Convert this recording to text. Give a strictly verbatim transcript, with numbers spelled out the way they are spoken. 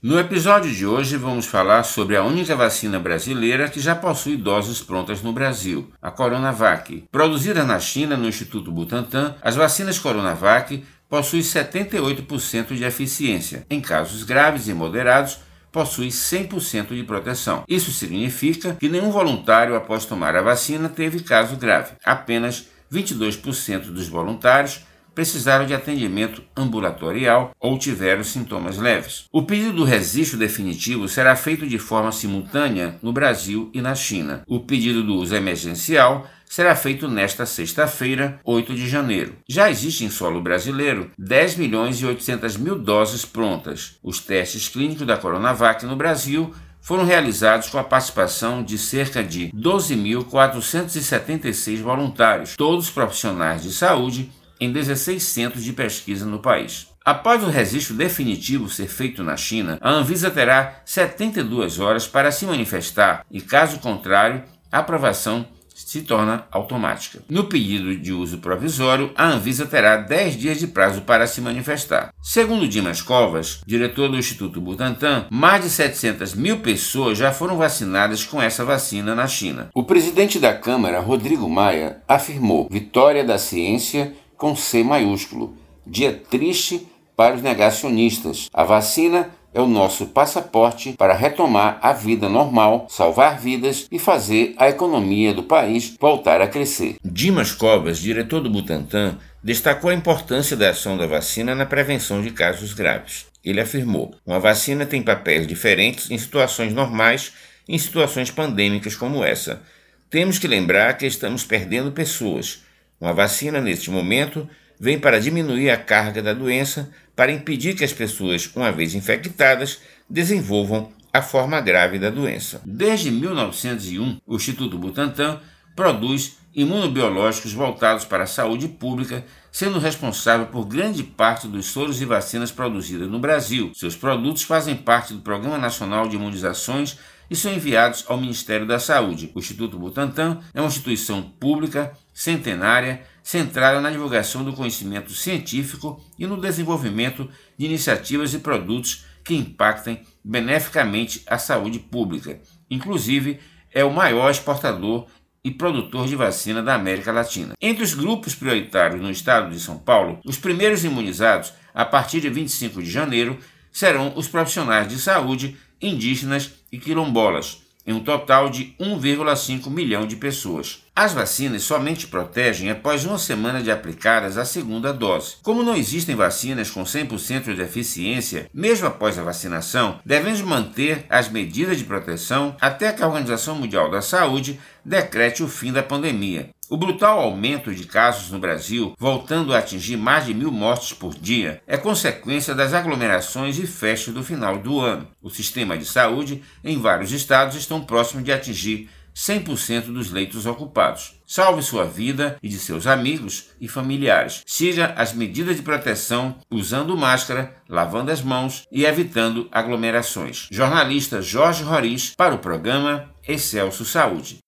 No episódio de hoje vamos falar sobre a única vacina brasileira que já possui doses prontas no Brasil, a Coronavac. Produzida na China no Instituto Butantan, as vacinas Coronavac possuem setenta e oito por cento de eficiência. Em casos graves e moderados, possui cem por cento de proteção. Isso significa que nenhum voluntário após tomar a vacina teve caso grave. Apenas vinte e dois por cento dos voluntários precisaram de atendimento ambulatorial ou tiveram sintomas leves. O pedido do registro definitivo será feito de forma simultânea no Brasil e na China. O pedido do uso emergencial será feito nesta sexta-feira, oito de janeiro. Já existe em solo brasileiro dez milhões e oitocentas mil doses prontas. Os testes clínicos da Coronavac no Brasil foram realizados com a participação de cerca de doze mil quatrocentos e setenta e seis voluntários, todos profissionais de saúde, em dezesseis centros de pesquisa no país. Após o registro definitivo ser feito na China, a Anvisa terá setenta e duas horas para se manifestar e, caso contrário, a aprovação se torna automática. No pedido de uso provisório, a Anvisa terá dez dias de prazo para se manifestar. Segundo Dimas Covas, diretor do Instituto Butantan, mais de setecentas mil pessoas já foram vacinadas com essa vacina na China. O presidente da Câmara, Rodrigo Maia, afirmou: vitória da ciência com C maiúsculo. Dia triste para os negacionistas. A vacina é o nosso passaporte para retomar a vida normal, salvar vidas e fazer a economia do país voltar a crescer. Dimas Covas, diretor do Butantan, destacou a importância da ação da vacina na prevenção de casos graves. Ele afirmou: uma vacina tem papéis diferentes em situações normais e em situações pandêmicas como essa. Temos que lembrar que estamos perdendo pessoas. Uma vacina, neste momento, vem para diminuir a carga da doença, para impedir que as pessoas, uma vez infectadas, desenvolvam a forma grave da doença. Desde mil novecentos e um, o Instituto Butantan produz imunobiológicos voltados para a saúde pública, sendo responsável por grande parte dos soros e vacinas produzidas no Brasil. Seus produtos fazem parte do Programa Nacional de Imunizações e são enviados ao Ministério da Saúde. O Instituto Butantan é uma instituição pública, centenária, centrada na divulgação do conhecimento científico e no desenvolvimento de iniciativas e produtos que impactem beneficamente a saúde pública. Inclusive, é o maior exportador e produtor de vacina da América Latina. Entre os grupos prioritários no estado de São Paulo, os primeiros imunizados, a partir de vinte e cinco de janeiro, serão os profissionais de saúde, indígenas e quilombolas, em um total de um vírgula cinco milhão de pessoas. As vacinas somente protegem após uma semana de aplicadas a segunda dose. Como não existem vacinas com cem por cento de eficiência, mesmo após a vacinação, devemos manter as medidas de proteção até que a Organização Mundial da Saúde decrete o fim da pandemia. O brutal aumento de casos no Brasil, voltando a atingir mais de mil mortes por dia, é consequência das aglomerações e festas do final do ano. O sistema de saúde em vários estados estão próximos de atingir cem por cento dos leitos ocupados. Salve sua vida e de seus amigos e familiares. Siga as medidas de proteção usando máscara, lavando as mãos e evitando aglomerações. Jornalista Jorge Roriz para o programa Excelsior Saúde.